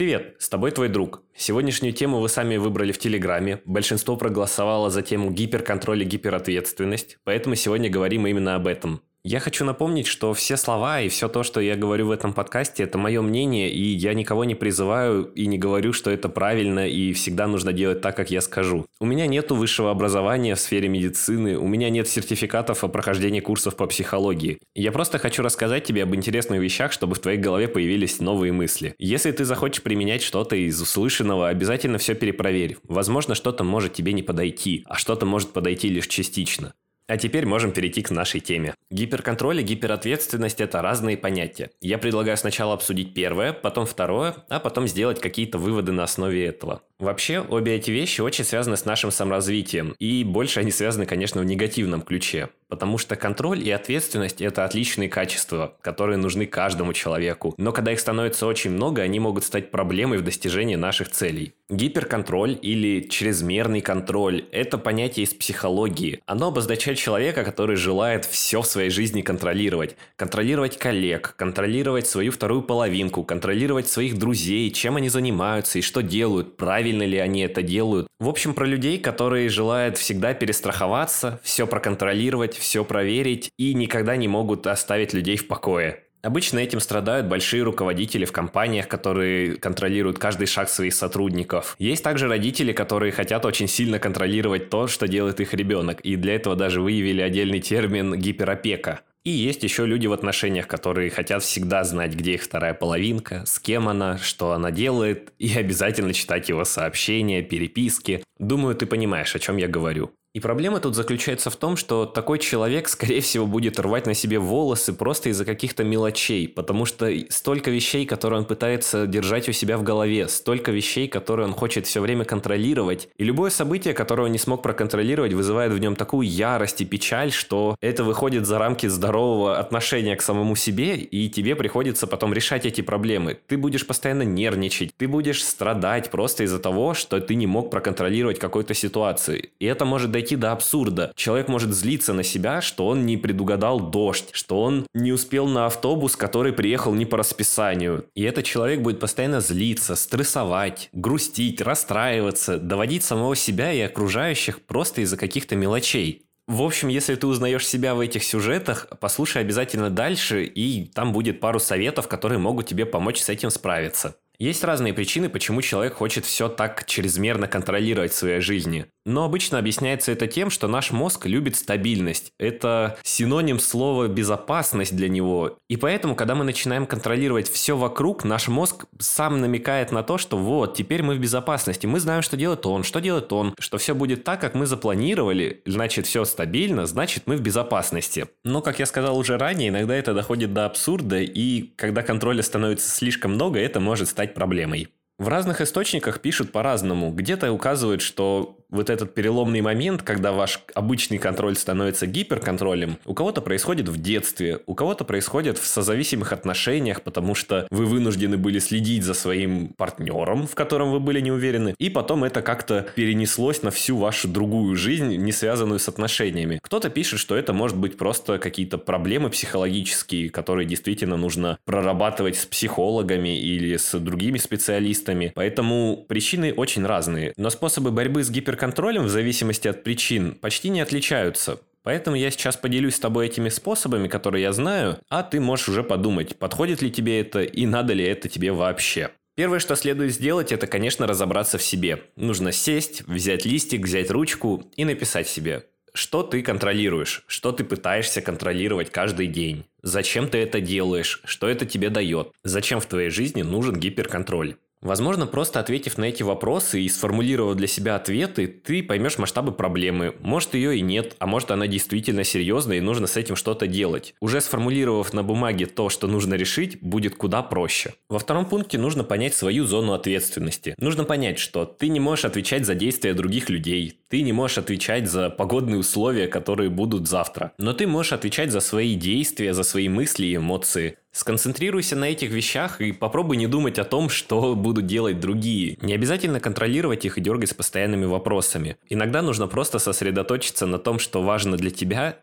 Привет, с тобой твой друг. Сегодняшнюю тему вы сами выбрали в Телеграме. Большинство проголосовало за тему гиперконтроль и гиперответственность, поэтому сегодня говорим именно об этом. Я хочу напомнить, что все слова и все то, что я говорю в этом подкасте, это мое мнение, и я никого не призываю и не говорю, что это правильно и всегда нужно делать так, как я скажу. У меня нету высшего образования в сфере медицины, у меня нет сертификатов о прохождении курсов по психологии. Я просто хочу рассказать тебе об интересных вещах, чтобы в твоей голове появились новые мысли. Если ты захочешь применять что-то из услышанного, обязательно все перепроверь. Возможно, что-то может тебе не подойти, а что-то может подойти лишь частично. А теперь можем перейти к нашей теме. Гиперконтроль и гиперответственность – это разные понятия. Я предлагаю сначала обсудить первое, потом второе, а потом сделать какие-то выводы на основе этого. Вообще, обе эти вещи очень связаны с нашим саморазвитием, и больше они связаны, конечно, в негативном ключе. Потому что контроль и ответственность – это отличные качества, которые нужны каждому человеку. Но когда их становится очень много, они могут стать проблемой в достижении наших целей. Гиперконтроль или чрезмерный контроль – это понятие из психологии. Оно обозначает человека, который желает все в своей жизни контролировать. Контролировать коллег, контролировать свою вторую половинку, контролировать своих друзей, чем они занимаются и что делают, правильно ли они это делают. В общем, про людей, которые желают всегда перестраховаться, все проконтролировать, все проверить и никогда не могут оставить людей в покое. Обычно этим страдают большие руководители в компаниях, которые контролируют каждый шаг своих сотрудников. Есть также родители, которые хотят очень сильно контролировать то, что делает их ребенок, и для этого даже выявили отдельный термин «гиперопека». И есть еще люди в отношениях, которые хотят всегда знать, где их вторая половинка, с кем она, что она делает, и обязательно читать его сообщения, переписки. Думаю, ты понимаешь, о чем я говорю. И проблема тут заключается в том, что такой человек, скорее всего, будет рвать на себе волосы просто из-за каких-то мелочей, потому что столько вещей, которые он пытается держать у себя в голове, столько вещей, которые он хочет все время контролировать, и любое событие, которое он не смог проконтролировать, вызывает в нем такую ярость и печаль, что это выходит за рамки здорового отношения к самому себе, и тебе приходится потом решать эти проблемы. Ты будешь постоянно нервничать, ты будешь страдать просто из-за того, что ты не мог проконтролировать какую-то ситуацию. И это может дойти до абсурда. Человек может злиться на себя, что он не предугадал дождь, что он не успел на автобус, который приехал не по расписанию. И этот человек будет постоянно злиться, стрессовать, грустить, расстраиваться, доводить самого себя и окружающих просто из-за каких-то мелочей. В общем, если ты узнаешь себя в этих сюжетах, послушай обязательно дальше, и там будет пару советов, которые могут тебе помочь с этим справиться. Есть разные причины, почему человек хочет все так чрезмерно контролировать в своей жизни. Но обычно объясняется это тем, что наш мозг любит стабильность. Это синоним слова «безопасность» для него. И поэтому, когда мы начинаем контролировать все вокруг, наш мозг сам намекает на то, что вот, теперь мы в безопасности. Мы знаем, что делает он, что все будет так, как мы запланировали. Значит, все стабильно, значит, мы в безопасности. Но, как я сказал уже ранее, иногда это доходит до абсурда, и когда контроля становится слишком много, это может стать проблемой. В разных источниках пишут по-разному. Где-то указывают, что вот этот переломный момент, когда ваш обычный контроль становится гиперконтролем, у кого-то происходит в детстве, у кого-то происходит в созависимых отношениях, потому что вы вынуждены были следить за своим партнером, в котором вы были не уверены, и потом это как-то перенеслось на всю вашу другую жизнь, не связанную с отношениями. Кто-то пишет, что это может быть просто какие-то проблемы психологические, которые действительно нужно прорабатывать с психологами или с другими специалистами. Поэтому причины очень разные. Но способы борьбы с гиперконтролем в зависимости от причин почти не отличаются. Поэтому я сейчас поделюсь с тобой этими способами, которые я знаю, а ты можешь уже подумать, подходит ли тебе это и надо ли это тебе вообще. Первое, что следует сделать, это, конечно, разобраться в себе. Нужно сесть, взять листик, взять ручку и написать себе, что ты контролируешь, что ты пытаешься контролировать каждый день, зачем ты это делаешь, что это тебе дает, зачем в твоей жизни нужен гиперконтроль. Возможно, просто ответив на эти вопросы и сформулировав для себя ответы, ты поймешь масштабы проблемы. Может, ее и нет, а может, она действительно серьезная и нужно с этим что-то делать. Уже сформулировав на бумаге то, что нужно решить, будет куда проще. Во втором пункте нужно понять свою зону ответственности. Нужно понять, что ты не можешь отвечать за действия других людей, ты не можешь отвечать за погодные условия, которые будут завтра. Но ты можешь отвечать за свои действия, за свои мысли и эмоции. Сконцентрируйся на этих вещах и попробуй не думать о том, что будут делать другие. Не обязательно контролировать их и дергать с постоянными вопросами. Иногда нужно просто сосредоточиться на том, что важно для тебя,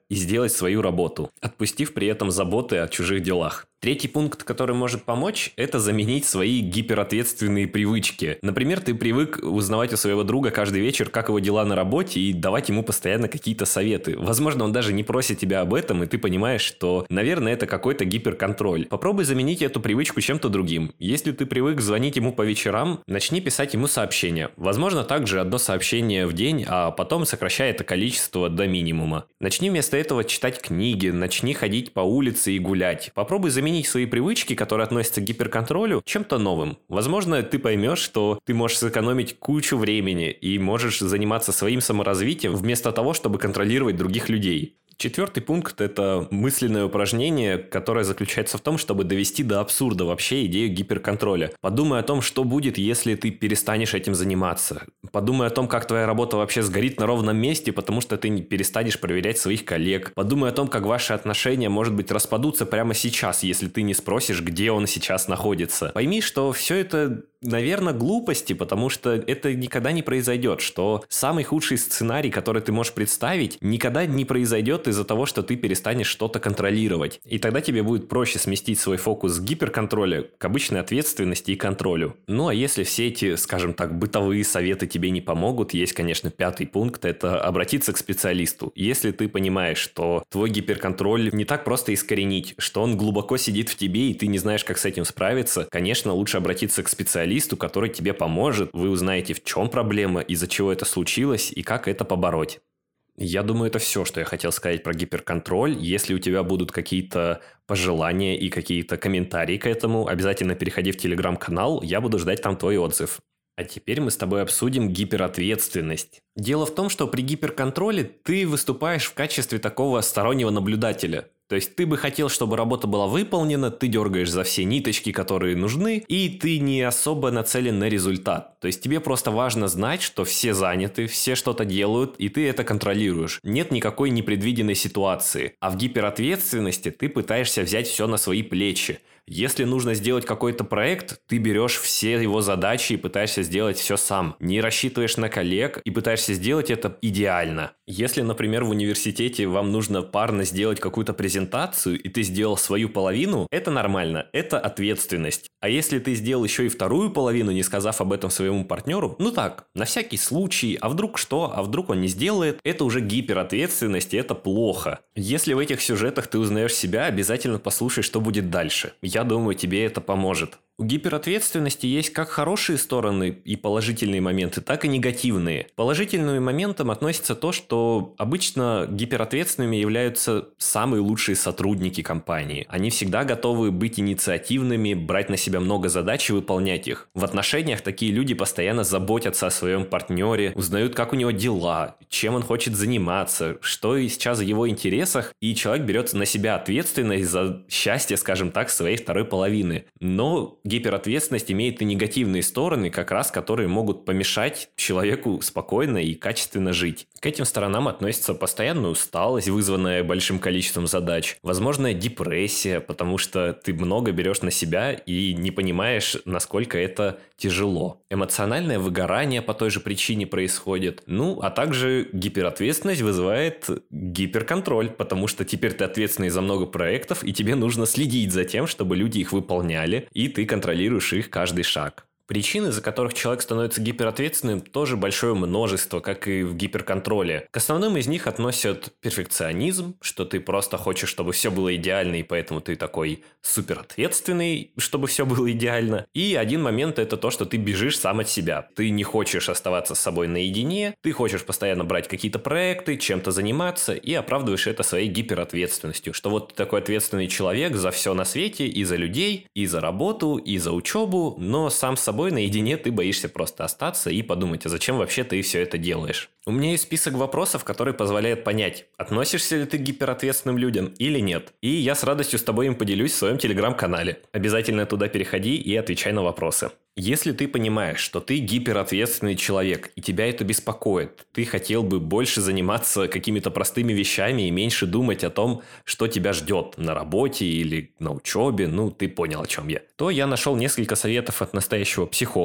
и сделать свою работу, отпустив при этом заботы о чужих делах. Третий пункт, который может помочь, это заменить свои гиперответственные привычки. Например, ты привык узнавать у своего друга каждый вечер, как его дела на работе, и давать ему постоянно какие-то советы. Возможно, он даже не просит тебя об этом, и ты понимаешь, что, наверное, это какой-то гиперконтроль. Попробуй заменить эту привычку чем-то другим. Если ты привык звонить ему по вечерам, начни писать ему сообщения. Возможно, также одно сообщение в день, а потом сокращай это количество до минимума. Начни вместо этого читать книги, начни ходить по улице и гулять. Попробуй заменить свои привычки, которые относятся к гиперконтролю, чем-то новым. Возможно, ты поймешь, что ты можешь сэкономить кучу времени и можешь заниматься своим саморазвитием вместо того, чтобы контролировать других людей. Четвертый пункт – это мысленное упражнение, которое заключается в том, чтобы довести до абсурда вообще идею гиперконтроля. Подумай о том, что будет, если ты перестанешь этим заниматься. Подумай о том, как твоя работа вообще сгорит на ровном месте, потому что ты не перестанешь проверять своих коллег. Подумай о том, как ваши отношения, может быть, распадутся прямо сейчас, если ты не спросишь, где он сейчас находится. Пойми, что все это, наверное, глупости, потому что это никогда не произойдет, что самый худший сценарий, который ты можешь представить, никогда не произойдет из-за того, что ты перестанешь что-то контролировать. И тогда тебе будет проще сместить свой фокус с гиперконтроля к обычной ответственности и контролю. Ну а если все эти, скажем так, бытовые советы тебе не помогут, есть, конечно, пятый пункт, это обратиться к специалисту. Если ты понимаешь, что твой гиперконтроль не так просто искоренить, что он глубоко сидит в тебе, и ты не знаешь, как с этим справиться, конечно, лучше обратиться к специалисту, который тебе поможет. Вы узнаете, в чем проблема, из-за чего это случилось и как это побороть. Я думаю, это все, что я хотел сказать про гиперконтроль. Если у тебя будут какие-то пожелания и какие-то комментарии к этому, обязательно переходи в Телеграм-канал, я буду ждать там твой отзыв. А теперь мы с тобой обсудим гиперответственность. Дело в том, что при гиперконтроле ты выступаешь в качестве такого стороннего наблюдателя. То есть ты бы хотел, чтобы работа была выполнена, ты дергаешь за все ниточки, которые нужны, и ты не особо нацелен на результат. То есть тебе просто важно знать, что все заняты, все что-то делают, и ты это контролируешь. Нет никакой непредвиденной ситуации. А в гиперответственности ты пытаешься взять все на свои плечи. Если нужно сделать какой-то проект, ты берешь все его задачи и пытаешься сделать все сам. Не рассчитываешь на коллег и пытаешься сделать это идеально. Если, например, в университете вам нужно парно сделать какую-то презентацию, и ты сделал свою половину, это нормально, это ответственность. А если ты сделал еще и вторую половину, не сказав об этом своему партнеру, ну так, на всякий случай, а вдруг что, а вдруг он не сделает, это уже гиперответственность, и это плохо. Если в этих сюжетах ты узнаешь себя, обязательно послушай, что будет дальше. Я думаю, тебе это поможет. У гиперответственности есть как хорошие стороны и положительные моменты, так и негативные. Положительным моментом относится то, что обычно гиперответственными являются самые лучшие сотрудники компании. Они всегда готовы быть инициативными, брать на себя много задач и выполнять их. В отношениях такие люди постоянно заботятся о своем партнере, узнают, как у него дела, чем он хочет заниматься, что сейчас в его интересах, и человек берет на себя ответственность за счастье, скажем так, своей второй половины. Но гиперответственность имеет и негативные стороны, как раз которые могут помешать человеку спокойно и качественно жить. К этим сторонам относится постоянная усталость, вызванная большим количеством задач, возможно, депрессия, потому что ты много берешь на себя и не понимаешь, насколько это тяжело. Эмоциональное выгорание по той же причине происходит. Ну, а также гиперответственность вызывает гиперконтроль, потому что теперь ты ответственный за много проектов, и тебе нужно следить за тем, чтобы люди их выполняли, и ты контролируешь их каждый шаг. Причин, из-за которых человек становится гиперответственным, тоже большое множество, как и в гиперконтроле. К основным из них относят перфекционизм, что ты просто хочешь, чтобы все было идеально, и поэтому ты такой суперответственный, чтобы все было идеально. И один момент – это то, что ты бежишь сам от себя. Ты не хочешь оставаться с собой наедине, ты хочешь постоянно брать какие-то проекты, чем-то заниматься, и оправдываешь это своей гиперответственностью, что вот ты такой ответственный человек за все на свете, и за людей, и за работу, и за учебу, но сам с собой наедине ты боишься просто остаться и подумать, а зачем вообще ты все это делаешь? У меня есть список вопросов, которые позволяют понять, относишься ли ты к гиперответственным людям или нет. И я с радостью с тобой им поделюсь в своем телеграм-канале. Обязательно туда переходи и отвечай на вопросы. Если ты понимаешь, что ты гиперответственный человек, и тебя это беспокоит, ты хотел бы больше заниматься какими-то простыми вещами и меньше думать о том, что тебя ждет на работе или на учебе, ну, ты понял, о чем я, то я нашел несколько советов от настоящего психолога,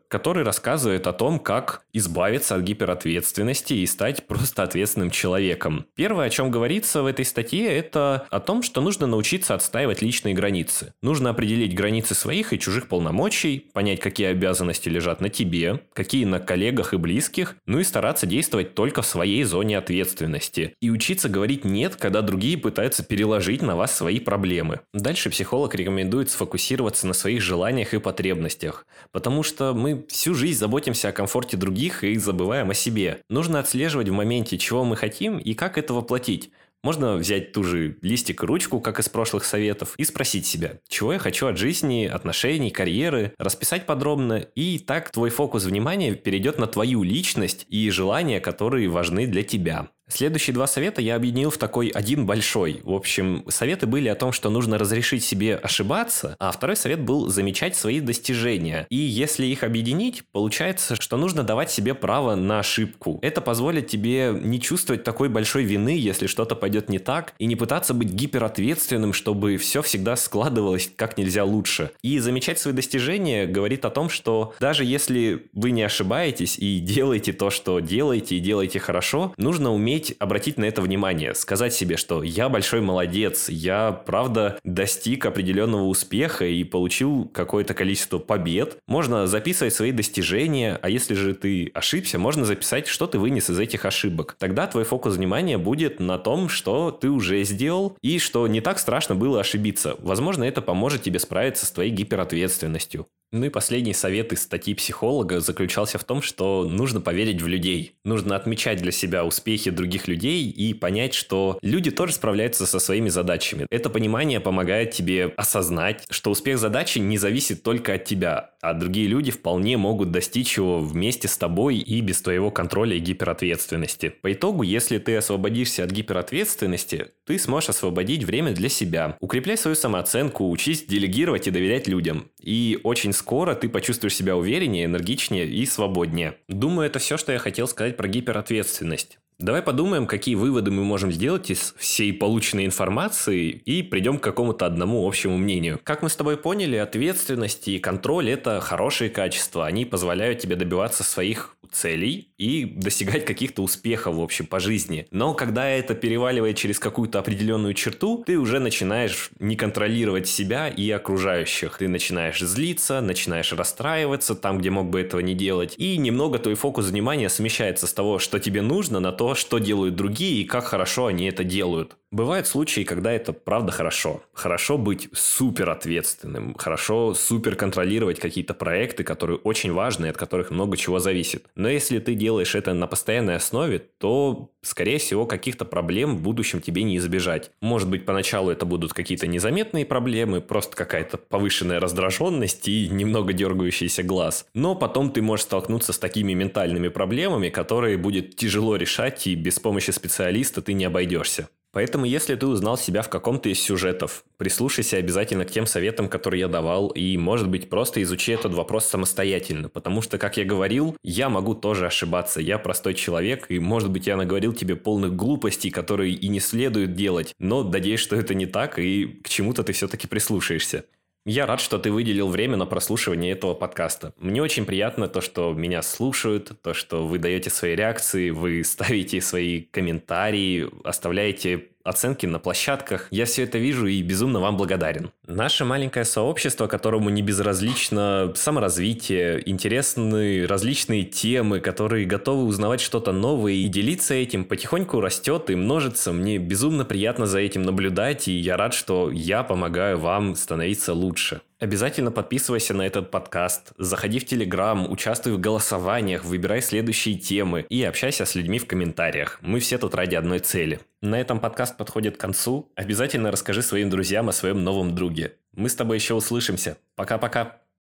который рассказывает о том, как избавиться от гиперответственности и стать просто ответственным человеком. Первое, о чем говорится в этой статье, это о том, что нужно научиться отстаивать личные границы. Нужно определить границы своих и чужих полномочий, понять, какие обязанности лежат на тебе, какие на коллегах и близких, ну и стараться действовать только в своей зоне ответственности. И учиться говорить «нет», когда другие пытаются переложить на вас свои проблемы. Дальше психолог рекомендует сфокусироваться на своих желаниях и потребностях, потому что мы всю жизнь заботимся о комфорте других и забываем о себе. Нужно отслеживать в моменте, чего мы хотим и как это воплотить. Можно взять ту же листик и ручку, как из прошлых советов, и спросить себя, чего я хочу от жизни, отношений, карьеры, расписать подробно, и так твой фокус внимания перейдет на твою личность и желания, которые важны для тебя. Следующие 2 совета я объединил в такой один большой. В общем, советы были о том, что нужно разрешить себе ошибаться, а второй совет был замечать свои достижения. И если их объединить, получается, что нужно давать себе право на ошибку. Это позволит тебе не чувствовать такой большой вины, если что-то пойдет не так, и не пытаться быть гиперответственным, чтобы все всегда складывалось как нельзя лучше. И замечать свои достижения говорит о том, что даже если вы не ошибаетесь и делаете то, что делаете, и делаете хорошо, нужно уметь обратить на это внимание, сказать себе, что я большой молодец, я правда достиг определенного успеха и получил какое-то количество побед. Можно записывать свои достижения, а если же ты ошибся, можно записать, что ты вынес из этих ошибок. Тогда твой фокус внимания будет на том, что ты уже сделал и что не так страшно было ошибиться. Возможно, это поможет тебе справиться с твоей гиперответственностью. Ну и последний совет из статьи психолога заключался в том, что нужно поверить в людей. Нужно отмечать для себя успехи других людей и понять, что люди тоже справляются со своими задачами. Это понимание помогает тебе осознать, что успех задачи не зависит только от тебя, а другие люди вполне могут достичь его вместе с тобой и без твоего контроля и гиперответственности. По итогу, если ты освободишься от гиперответственности, ты сможешь освободить время для себя. Укрепляй свою самооценку, учись делегировать и доверять людям. И очень скоро ты почувствуешь себя увереннее, энергичнее и свободнее. Думаю, это все, что я хотел сказать про гиперответственность. Давай подумаем, какие выводы мы можем сделать из всей полученной информации и придем к какому-то одному общему мнению. Как мы с тобой поняли, ответственность и контроль – это хорошие качества. Они позволяют тебе добиваться своих целей и достигать каких-то успехов, в общем, по жизни. Но когда это переваливает через какую-то определенную черту, ты уже начинаешь не контролировать себя и окружающих. Ты начинаешь злиться, начинаешь расстраиваться там, где мог бы этого не делать. И немного твой фокус внимания смещается с того, что тебе нужно, на то, что делают другие и как хорошо они это делают. Бывают случаи, когда это правда хорошо. Хорошо быть супер ответственным, хорошо супер контролировать какие-то проекты, которые очень важны и от которых много чего зависит. Но если ты делаешь это на постоянной основе, то, скорее всего, каких-то проблем в будущем тебе не избежать. Может быть, поначалу это будут какие-то незаметные проблемы, просто какая-то повышенная раздраженность и немного дергающийся глаз. Но потом ты можешь столкнуться с такими ментальными проблемами, которые будет тяжело решать, и без помощи специалиста ты не обойдешься. Поэтому, если ты узнал себя в каком-то из сюжетов, прислушайся обязательно к тем советам, которые я давал, и, может быть, просто изучи этот вопрос самостоятельно, потому что, как я говорил, я могу тоже ошибаться, я простой человек, и, может быть, я наговорил тебе полных глупостей, которые и не следует делать, но надеюсь, что это не так, и к чему-то ты все-таки прислушаешься. Я рад, что ты выделил время на прослушивание этого подкаста. Мне очень приятно то, что меня слушают, то, что вы даете свои реакции, вы ставите свои комментарии, оставляете оценки на площадках. Я все это вижу и безумно вам благодарен. Наше маленькое сообщество, которому не безразлично саморазвитие, интересны различные темы, которые готовы узнавать что-то новое и делиться этим, потихоньку растет и множится. Мне безумно приятно за этим наблюдать, и я рад, что я помогаю вам становиться лучше. Обязательно подписывайся на этот подкаст, заходи в Телеграм, участвуй в голосованиях, выбирай следующие темы и общайся с людьми в комментариях. Мы все тут ради одной цели. На этом подкаст подходит к концу. Обязательно расскажи своим друзьям о своем новом друге. Мы с тобой еще услышимся. Пока-пока.